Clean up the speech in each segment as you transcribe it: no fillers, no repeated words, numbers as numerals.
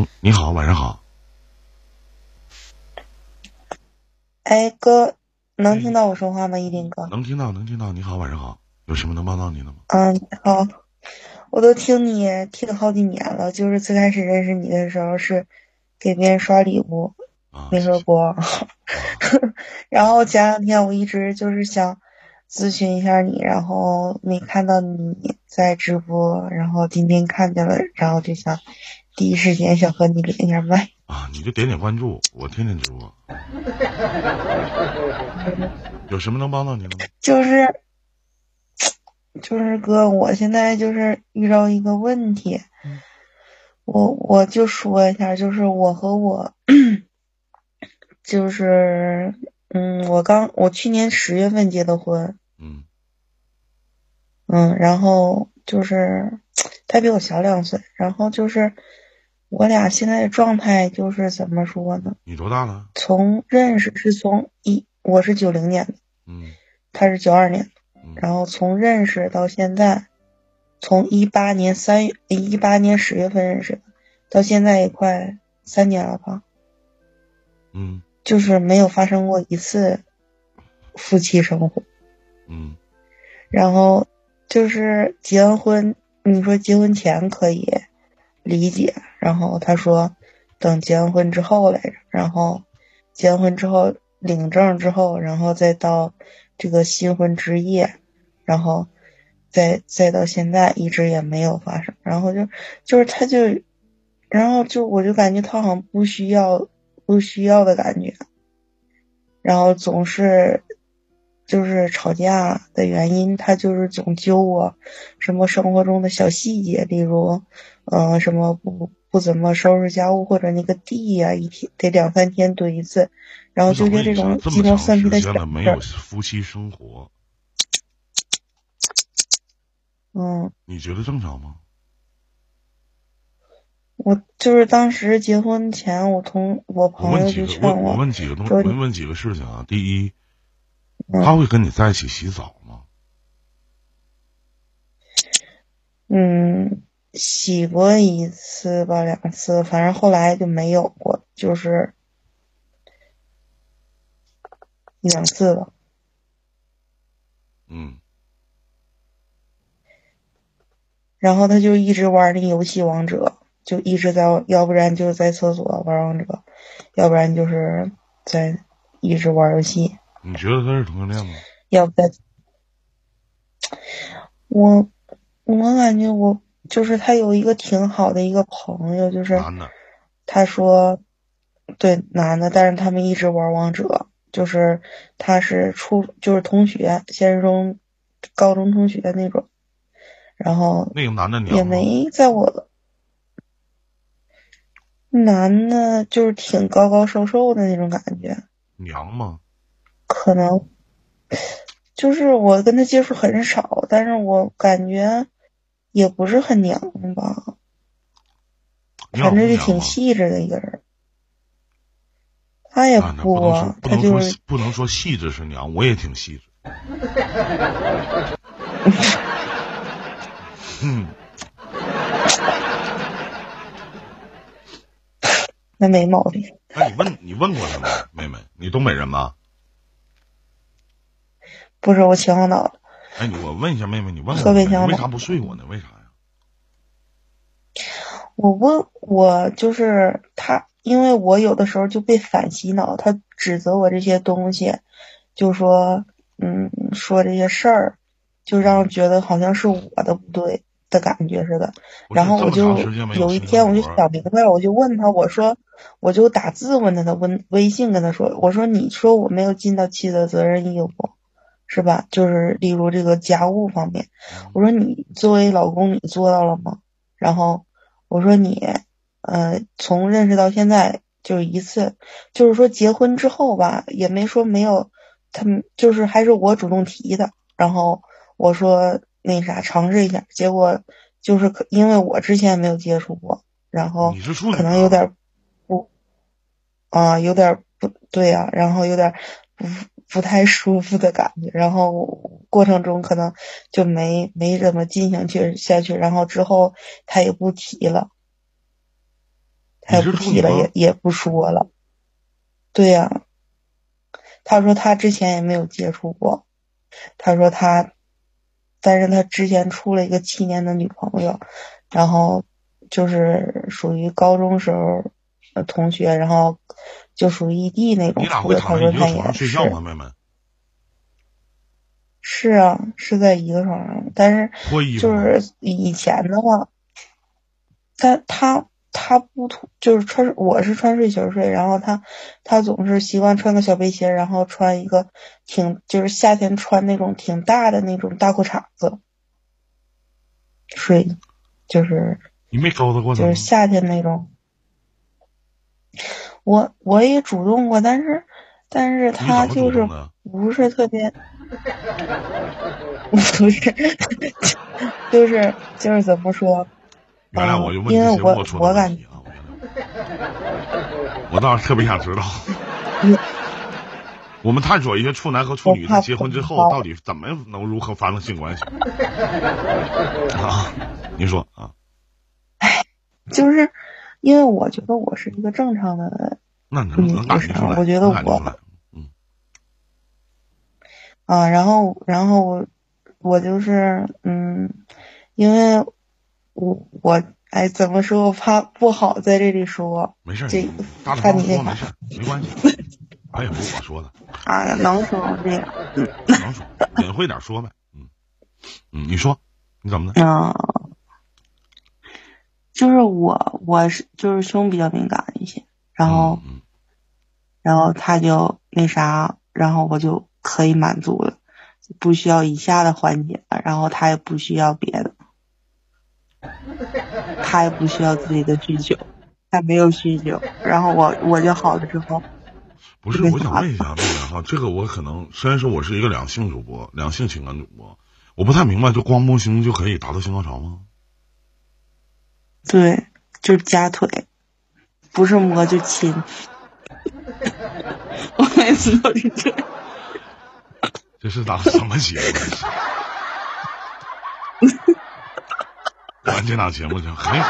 你好，晚上好。 哎哥，能听到我说话吗？一林哥。 能听到，能听到。你好，晚上好。有什么能帮到你的吗？ 好，我都听你听好几年了，就是最开始认识你的时候是给别人刷礼物， 啊， 没谢谢。 说过。 啊， 然后前两天我一直就是想咨询一下你，然后没看到你在直播，然后今天看见了，然后就想第一时间想和你连一下麦。 你就点点关注，我天天直播。有什么能帮到你的吗？ 就是哥，我现在就是遇到一个问题，我就说一下，就是我和我就是我去年10月份结的婚。 嗯然后就是他比我小2岁，然后就是我俩现在的状态就是怎么说呢？ 你多大了？ 从认识是我是90年的， 嗯他是92年的， 嗯然后从认识到现在，从18年10月份认识的，到现在也快3年了吧， 嗯就是没有发生过一次夫妻生活。 嗯然后就是结完婚，你说结婚前可以理解，然后他说等结完婚之后来着，然后结完婚之后领证之后，然后再到这个新婚之夜，然后再到现在一直也没有发生，然后就是他就，然后我就感觉他好像不需要的感觉，然后总是就是吵架的原因，他就是总揪我什么生活中的小细节，例如什么不怎么收拾家务，或者那个地呀一天得2、3天堆一次，然后我想就这问一下， 种鸡这么长毛蒜皮的小时间了，没有事儿。 夫妻生活， 嗯， 你觉得正常吗？ 我就是当时结婚前，我朋友就劝我我问几个东， 说你问几个事情啊。第一，他嗯会跟你在一起洗澡吗？ 嗯洗过一次吧2次，反正后来就没有过，就是1、2次吧。 嗯， 然后他就一直玩那游戏王者，就一直在，要不然就是在厕所玩王者，要不然就是在一直玩游戏， 你觉得他是同性恋吗？ 要不在。我我感觉就是他有一个挺好的一个朋友，就是男的。 他说对男的，但是他们一直玩王者，就是他是就是同学，现实中高中同学那种，然后那个男的也娘吗？ 没在我。男的就是挺高高瘦瘦的那种感觉， 娘吗？ 可能就是我跟他接触很少，但是我感觉也不是很娘吧， 你老反正就挺公娘吗？ 细致的一个人。他也那不能说不，他就是不能说细致是娘，我也挺细致。嗯， 那没毛病。 那你问过他没，妹妹？你东北人吗？ 不是我秦皇岛的， 哎，我问一下妹妹，你问过河他没？你北秦皇岛。 为啥不睡我呢？为啥呀？ 我就是他，因为我有的时候就被反洗脑，他指责我这些东西，就说说这些事儿，就让嗯， 人觉得好像是我的不对的感觉似的。 不是然后我这么长时就间没有性生有一天我就活。 想明白了，我就问他，我就打字问他，微信跟他说，我说你说我没有尽到妻子的责任义务，是吧？就是例如这个家务方面， 嗯， 我说你作为老公你做到了吗？然后我说你，从认识到现在就一次，就是说结婚之后吧，也没说没有，他们就是还是我主动提的，然后我说那啥尝试一下，结果就是因为我之前没有接触过，然后你是处可女啊？ 能有点不有点不对啊，然后有点不不太舒服的感觉，然后过程中可能就没怎么进行下去，然后之后他也不提了。 他也不提了，也不说了。对呀，他说他之前也没有接触过，他说但是他之前处了一个7年的女朋友，然后就是属于高中时候同学，然后就属于异地那种处的。他说他也是。是啊，是在一个床上，但是就是以前的话，他不就是我是穿睡裙睡，然后他总是习惯穿个小背心，然后穿一个就是夏天穿那种挺大的那种大裤衩子睡，就是你没勾搭过他吗？ 就是夏天那种。我也主动过，但是他就是不是特别，不是，就是怎么说？ 原来我就问因为我感觉， 我倒是特别想知道，我们探索一些处男和处女在结婚之后到底怎么能如何发生性关系啊？您说啊？ 就是因为我觉得我是一个正常的女生，我觉得然后我就是因为我怎么说，我怕不好在这里说。 没事， 这大胆说没事，没关系。他也不是我说的。 哎呀，能说这个？ 能说，隐晦点说呗。你说，你怎么的？ 就是我是就是胸比较敏感一些，然后他就那啥，然后我就可以满足了，不需要以下的环节，然后他也不需要别的。他也不需要自己的需求，他没有需求，然后我就好了之后。 不是，我想问一下妹妹哈，这个我可能虽然说我是一个两性主播，两性情感主播，我不太明白，就光摸胸就可以达到性高潮吗？ 对，就是夹腿，不是摸就亲。我每次都是这样。 这是档什么节目？完这档节目就很好。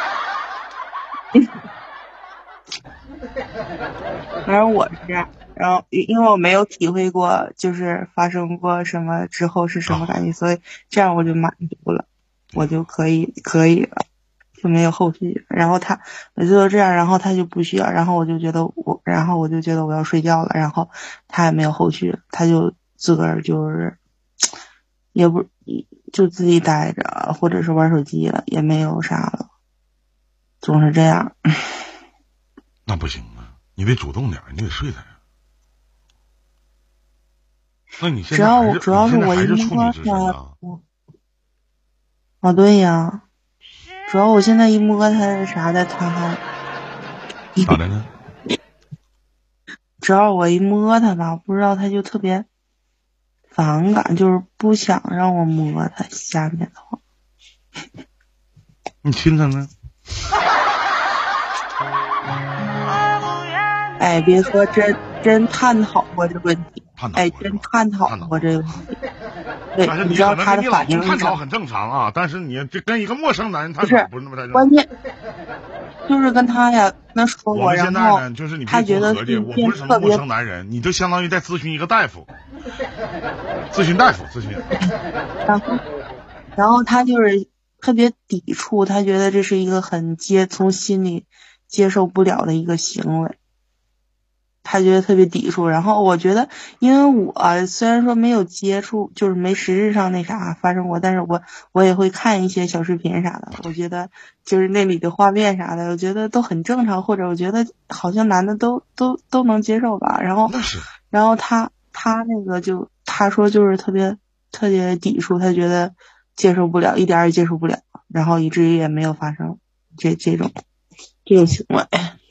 反正我是这样，然后因为我没有体会过，就是发生过什么之后是什么感觉，所以这样我就满足了，我就可以了，就没有后续。然后他每次都这样，然后他就不需要，然后我就觉得我要睡觉了，然后他也没有后续，他就自个儿就是也不就自己待着，或者是玩手机了，也没有啥了，总是这样。 那不行啊，你得主动点，你得睡他呀。那你现在主要是我一摸他，对呀，主要我现在一摸他啥的，他还咋的呢？ 只要我一摸他吧，不知道他就特别反感，就是不想让我摸他下面的话。 你亲他呢？ 哎，别说真探讨过这个问题，真探讨过这个问题。对，你知道他的反应是探讨很正常啊，但是你这跟一个陌生男人探讨不是那么太正常。 关键就是跟他呀，那说我们现在呢，就是你他觉得我不是什么陌生男人，你就相当于在咨询一个大夫，咨询。 然后他就是特别抵触，他觉得这是一个从心里接受不了的一个行为。他觉得特别抵触，然后我觉得，因为我虽然说没有接触，就是没实质上那啥发生过，但是我也会看一些小视频啥的，我觉得就是那里的画面啥的，我觉得都很正常，或者我觉得好像男的都能接受吧。然后他那个他说就是特别抵触，他觉得接受不了，一点也接受不了，然后以至于也没有发生这种行为。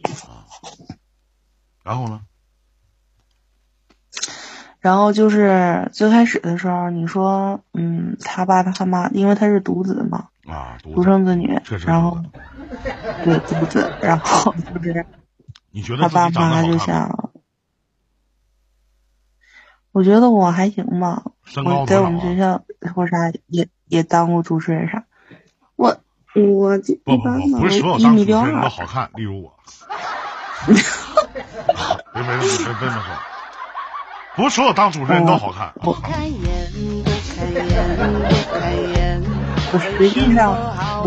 然后呢？ 然后就是最开始的时候，你说，他爸他妈，因为他是独子嘛，独生子女，然后对独子，然后就是他爸妈就想，我觉得我还行吧，我在我们学校或啥也当过主持人啥， 我不是所有当主持人都好看，例如我。别这么说，不是所有当主持人都好看。 我实际上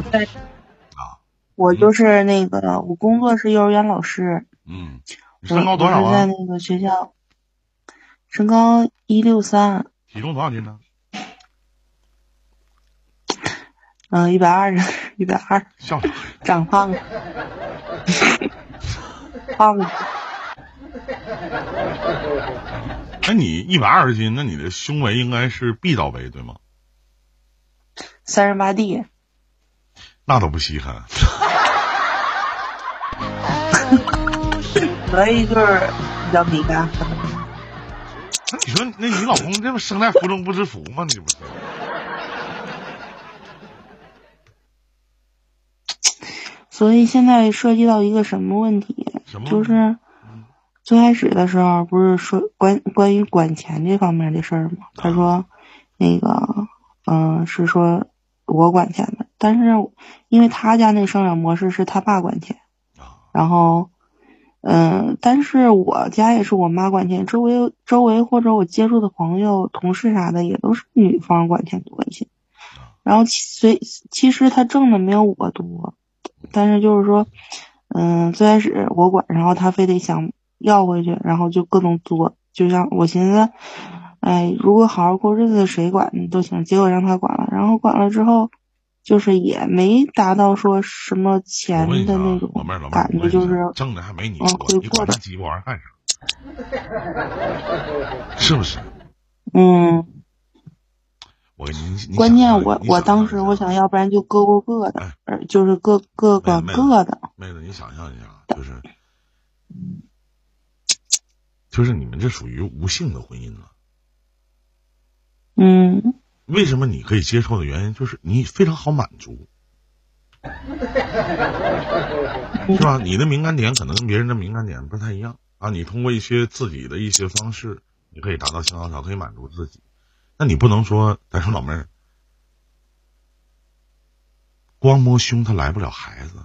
我就是那个我工作是幼儿园老师。 你身高多少啊？ 我是在那个学校，身高163。 体重多少斤呢 ？120， 笑啥？ 长胖了，胖了。 那你120斤，那你的胸围应该是 B 罩杯对吗 ？38D。 那都不稀罕。 所以就是比较敏感。 那你说，那你老公这不生在福中不知福吗？你不是？ 所以现在涉及到一个什么问题？就是最开始的时候不是说关于管钱这方面的事儿吗？他说那个是说我管钱的，但是因为他家那生养模式是他爸管钱，然后但是我家也是我妈管钱，周围或者我接触的朋友同事啥的也都是女方管钱多一些，然后其实他挣的没有我多，但是就是说最开始我管，然后他非得想要回去，然后就各种作，就像我寻思如果好好过日子谁管都行，结果让他管了，然后管了之后就是也没达到说什么钱的那种感觉，就是挣的还没你多，你管他鸡巴玩意儿干啥？是不是？我给你关键我当时我想要不然就各过各的，就是各的。 妹子，你想象一下，就是你们这属于无性的婚姻了。为什么你可以接受的原因就是你非常好满足，是吧？你的敏感点可能跟别人的敏感点不太一样啊。你通过一些自己的一些方式，你可以达到性高潮，可以满足自己。那你不能说，咱说老妹儿，光摸胸他来不了孩子。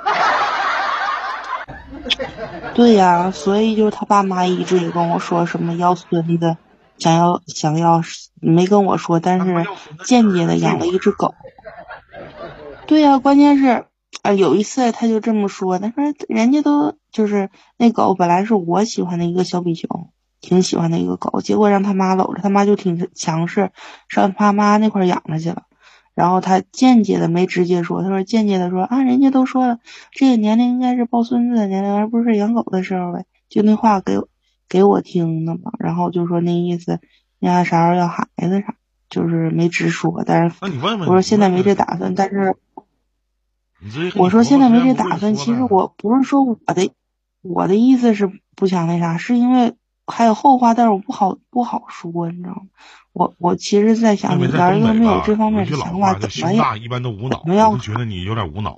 对呀，所以就是他爸妈一直也跟我说什么要孙子，想要没跟我说，但是间接的养了一只狗。对呀，关键是有一次他就这么说，他说人家都就是那狗本来是我喜欢的一个小比熊，挺喜欢的一个狗，结果让他妈搂着，他妈就挺强势，上他妈那块养着去了。然后他间接的没直接说，他说间接的说人家都说了这个年龄应该是抱孙子的年龄，而不是养狗的时候呗，就那话给我听的嘛。然后就说那意思人家啥时候要孩子啥，就是没直说，但是我说现在没这打算，但是我说现在没这打算，其实我不是说我的意思是不想那啥，是因为还有后话，但是我不好说，你知道吗？我其实在想，你要是没有这方面的想法，怎么样？ 一般都无脑，我就觉得你有点无脑。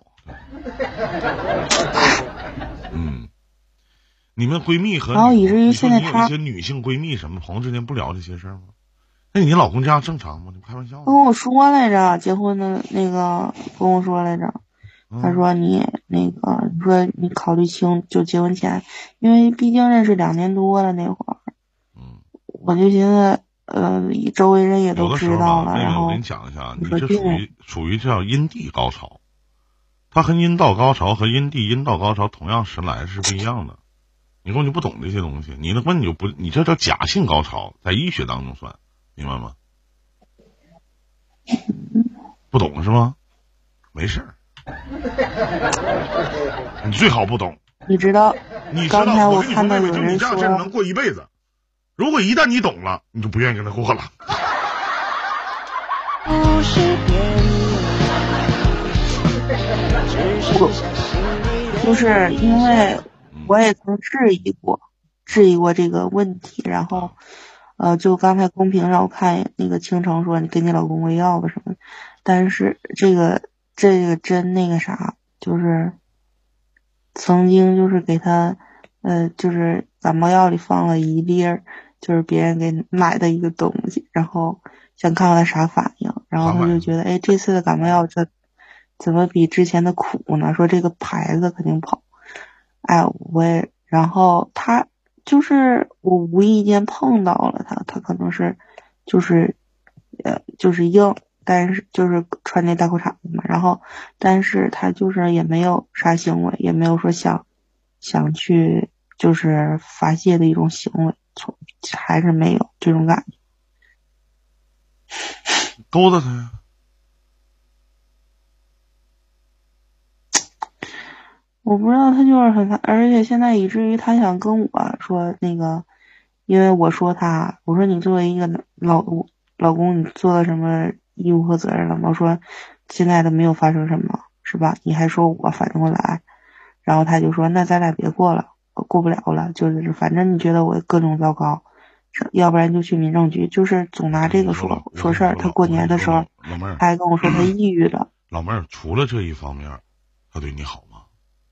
你们闺蜜和然后以至于现在有一些女性闺蜜什么朋友之间不聊这些事儿吗？那你老公这样正常吗？你开玩笑吗？ 跟我说来着，结婚的那个跟我说来着，他说你那个你说你考虑清就结婚前，因为毕竟认识2年多了那会儿，我就寻思周围人也都知道了，然后我跟你讲一下，你这属于叫阴蒂高潮，它和阴道高潮和阴道高潮同样神来是不一样的。你根本就不懂这些东西，你的根本就不，你这叫假性高潮，在医学当中算，明白吗？不懂是吗？没事儿，你最好不懂。 你知道刚才我看到有人说你这样能过一辈子，如果一旦你懂了，你就不愿意跟他过了。 就是因为我也曾质疑过这个问题，然后就刚才公屏上我看那个倾城说你给你老公喂药吧什么的，但是这个真那个啥，就是曾经就是给他就是感冒药里放了一粒儿，就是别人给买的一个东西，然后想看看他啥反应，然后他就觉得这次的感冒药怎么比之前的苦呢？说这个牌子肯定不好。哎，然后他就是我无意间碰到了他可能是就是硬，但是就是穿那大裤衩子嘛，然后但是他就是也没有啥行为，也没有说想去就是发泄的一种行为，还是没有这种感觉。 勾搭他呀。 我不知道，他就是很烦，而且现在以至于他想跟我说那个，因为我说你作为一个老公，你做了什么义务和责任了吗？我说现在都没有发生什么，是吧？你还说我反应过来，然后他就说那咱俩别过了，过不了了，就是反正你觉得我各种糟糕，要不然就去民政局，就是总拿这个说事儿。他过年的时候老妹儿还跟我说他抑郁了。 老妹儿，除了这一方面，他对你好吗？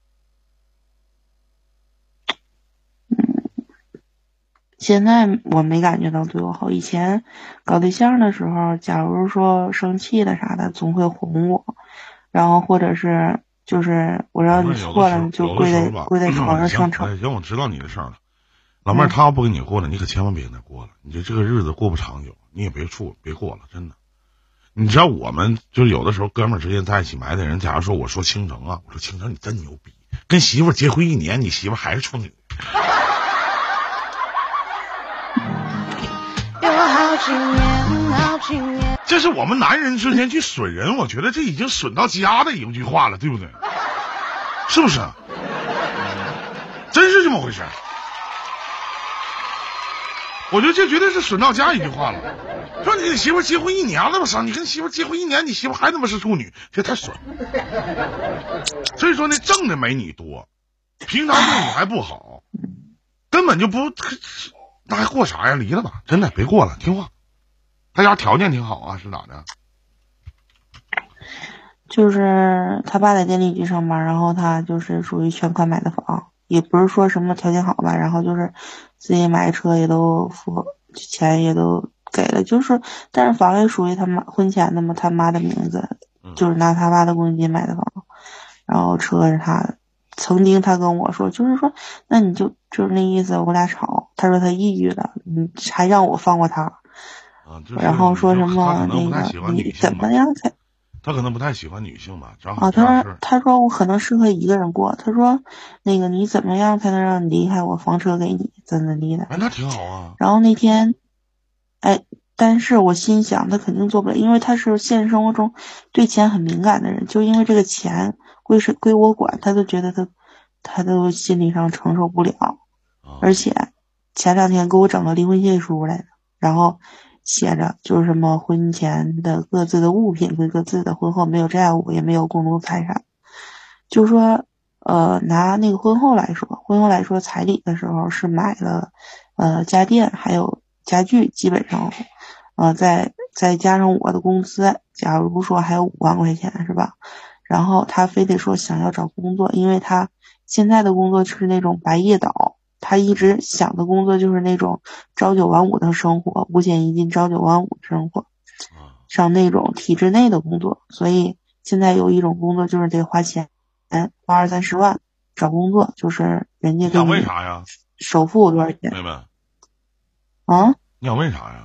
现在我没感觉到对我好，以前搞对象的时候，假如说生气了啥的，总会哄我，然后或者是就是我让你错了，就跪在床上上称。 行，我知道你的事儿了。老妹儿，他要不跟你过了，你可千万别跟他过了，你这个日子过不长久，你也别过了，真的。你知道我们就是有的时候哥们儿之间在一起埋汰人，假如说我说倾城啊，我说倾城你真牛逼，跟媳妇结婚1年，你媳妇还是处女。这是我们男人之间去损人，我觉得这已经损到家的一句话了，对不对？是不是？真是这么回事。我觉得这绝对是损到家一句话了。说你媳妇结婚1年了吧？你跟媳妇结婚1年，你媳妇还他妈是处女，这太损。所以说那挣的没你多，平常对你还不好，根本就不，那还过啥呀？离了吧，真的别过了，听话。他家条件挺好啊，是咋的？ 就是他爸在电力局上班，然后他就是属于全款买的房，也不是说什么条件好吧，然后就是自己买车也都付，钱也都给了，就是但是房也属于他妈婚前的嘛，他妈的名字，就是拿他爸的公积金买的房，然后车是他的。曾经他跟我说，就是说那你就是那意思，我俩吵，他说他抑郁了，你还让我放过他。然后说什么那个你怎么样才？ 他可能不太喜欢女性吧。 他说我可能适合一个人过。他说那个你怎么样才能让你离开我，房车给你，怎么的？ 哎，那挺好啊。 然后那天，但是我心想他肯定做不了，因为他是现实生活中对钱很敏感的人，就因为这个钱归我管，他都觉得他都心理上承受不了。而且前2天给我整个离婚协议书来的，然后写着就是什么婚前的各自的物品归各自的，婚后没有债务，也没有共同财产。就说拿那个婚后来说彩礼的时候是买了家电还有家具，基本上再加上我的工资，假如说还有5万块钱是吧？然后他非得说想要找工作，因为他现在的工作是那种白夜倒，他一直想的工作就是那种朝9晚5的生活，5险1金朝9晚5的生活，上那种体制内的工作。所以现在有一种工作就是得花钱，花20-30万找工作，就是人家给你为啥呀？ 首付多少钱？ 妹妹啊？ 你想为啥呀？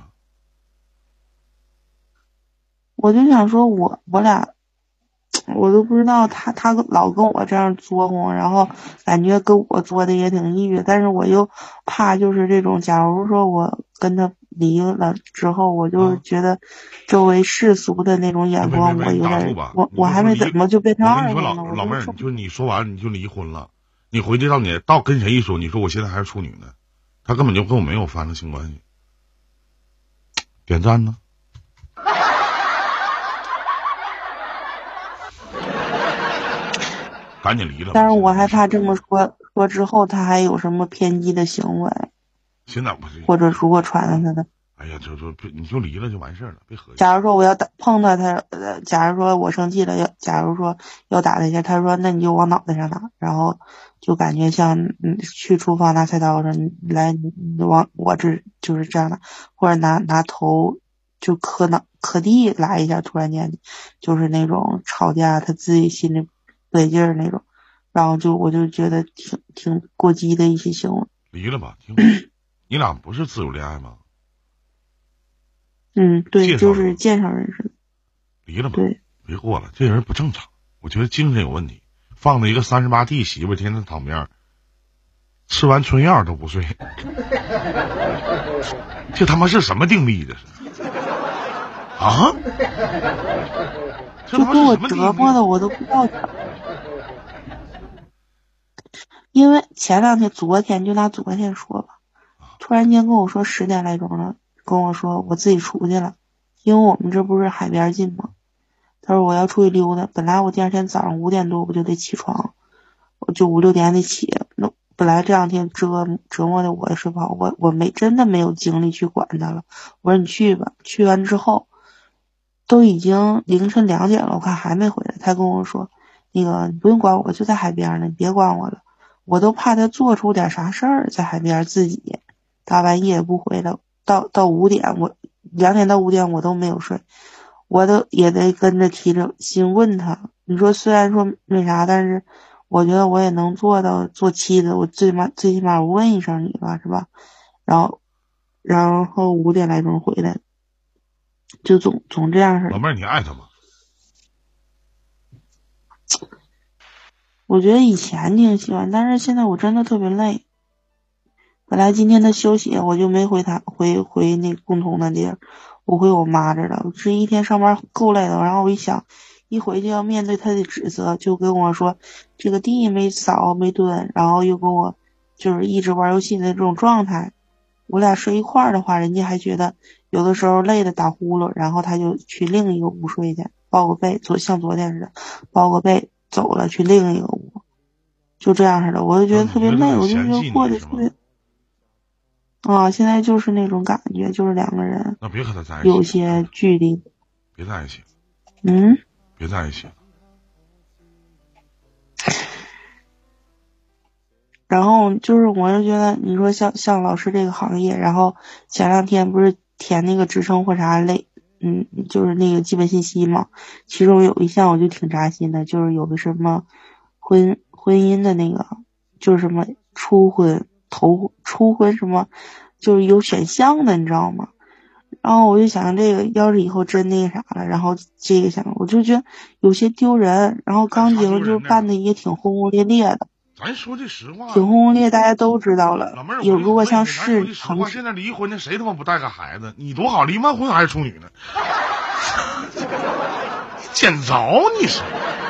我就想说我俩。我都不知道他老跟我这样作哄，然后感觉跟我作的也挺抑郁，但是我又怕就是这种，假如说我跟他离了之后，我就是觉得周围世俗的那种眼光，我有点，我还没怎么就变成二婚了。 老妹儿，就你说完你就离婚了，你回去到跟谁一说，你说我现在还是处女呢，他根本就跟我没有发生性关系，点赞呢？赶紧离了。 但是我害怕这么说之后，他还有什么偏激的行为。 现在不是。 或者如果传了他的。 哎呀，你就离了就完事儿了，别合计。 假如说我要碰到他，假如说我生气了，假如说要打他一下，他说那你就往脑袋上打，然后就感觉像去厨房拿菜刀说你来，你往我这就是这样的，或者拿头就可地来一下，突然间就是那种吵架，他自己心里不得劲儿那种，然后我就觉得挺过激的一些行为。 离了吧，你俩不是自由恋爱吗？ 对，就是介绍认识的。 离了吧， 对， 别过了，这人不正常，我觉得精神有问题。放着一个38D 媳妇天天躺边，吃完春药都不睡，这他妈是什么定力？这是啊？ 就给我折磨的我都不知道。因为前2天，昨天就拿昨天说吧，突然间跟我说10点来钟了，跟我说我自己出去了，因为我们这不是海边近吗？他说我要出去溜达，本来我第2天早上5点多我就得起床，我就5、6点得起。那本来这2天折磨的我也睡不好，我真的没有精力去管他了。我说你去吧，去完之后都已经凌晨2点了，我看还没回来。他跟我说那个你不用管我，就在海边呢，你别管我了。我都怕他做出点啥事儿，在海边自己大半夜不回来，到5点，我2点到5点我都没有睡，我都也得跟着提着心问他。你说虽然说那啥，但是我觉得我也能做到做妻子，我最起码我问一声你吧，是吧？然后5点来钟回来，就总这样式的。 老妹儿，你爱他吗？ 我觉得以前挺喜欢，但是现在我真的特别累。本来今天他休息，我就没回那共同的地儿，我回我妈这儿了。这一天上班够累的，然后我一想，一回去要面对他的指责，就跟我说这个地没扫没蹲，然后又跟我就是一直玩游戏的这种状态。我俩睡一块儿的话，人家还觉得有的时候累的打呼噜，然后他就去另一个屋睡去，抱个被，像昨天似的，抱个被走了去另一个屋，就这样似的，我就觉得特别累，我就觉得过得特别现在就是那种感觉，就是2个人那别和他在一起， 有些距离， 别在一起，别在一起。 然后就是我就觉得，你说像老师这个行业，然后前2天不是填那个职称或啥类，就是那个基本信息嘛，其中有一项我就挺扎心的，就是有个什么婚姻的那个，就是什么初婚什么，就是有选项的，你知道吗？然后我就想这个要是以后真那啥了，然后这个我就觉得有些丢人，然后刚结婚就办的也挺轰轰烈烈的。 咱说句实话， 挺轰轰烈，大家都知道了。 老妹儿， 有如果像咱说句实话，现在离婚的谁他妈不带个孩子？你多好，离完婚还是处女呢？捡着你是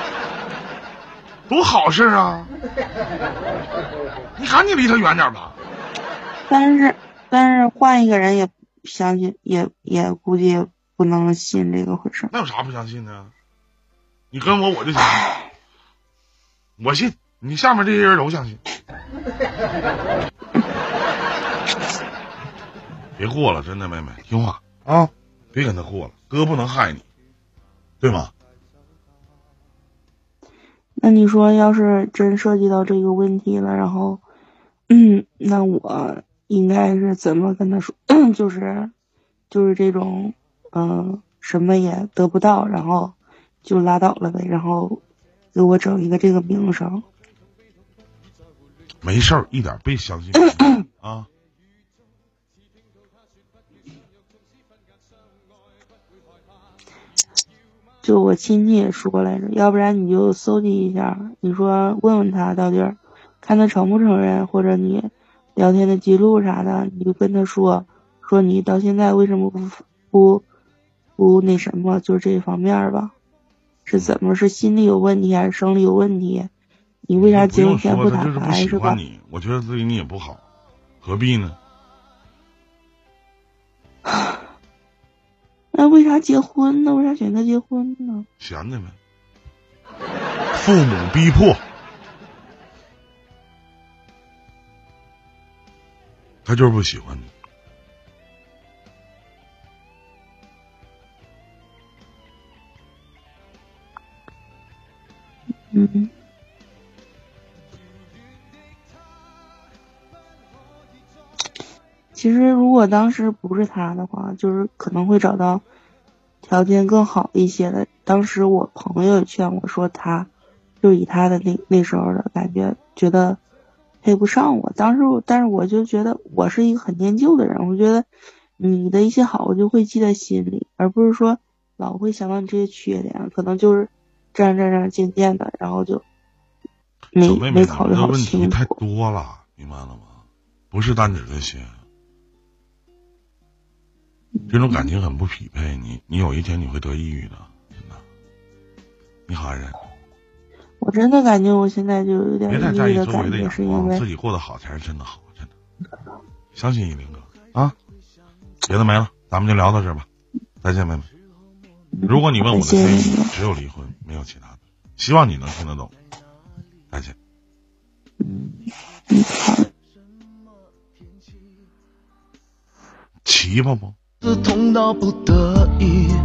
多好事啊！你赶紧离他远点吧。 但是换一个人也相信，也估计也不能信这个回事。 那有啥不相信的？你跟我就相信，我信。你下面这些人都相信。别过了，真的妹妹，听话啊，别跟他过了，哥不能害你，对吗？ 那你说，要是真涉及到这个问题了，然后，那我应该是怎么跟他说？就是这种，什么也得不到，然后就拉倒了呗，然后给我整一个这个名声。 没事儿，一点别相信啊。 就我亲戚也说来着，要不然你就搜集一下，你说问问他到底看他承不承认，或者你聊天的记录啥的，你就跟他说你到现在为什么不那什么，就是这方面吧，是怎么是心理有问题还是生理有问题？你为啥结婚前不打牌是吧？ 我觉得对你也不好，何必呢？ 那为啥结婚呢？为啥选择结婚呢？ 闲的呗，父母逼迫，他就是不喜欢你。 其实如果当时不是他的话，就是可能会找到条件更好一些的。当时我朋友也劝我说他，就以他的那时候的感觉，觉得配不上我。但是我就觉得我是一个很念旧的人，我觉得你的一些好我就会记在心里，而不是说老会想到你这些缺点，可能就是这样渐渐的，然后就没考虑好清楚。 问题太多了，明白了吗？不是单指这些。这种感情很不匹配，你有一天你会得抑郁的，真的。你寒碜。 我真的感觉我现在就有点别太在意周围的眼光， 为自己过得好才是真的好，真的。相信依林哥啊，别的没了，咱们就聊到这儿吧。再见，妹妹。如果你问我的建议，只有离婚，没有其他的。希望你能听得懂。再见。奇葩不？ 痛到不得已，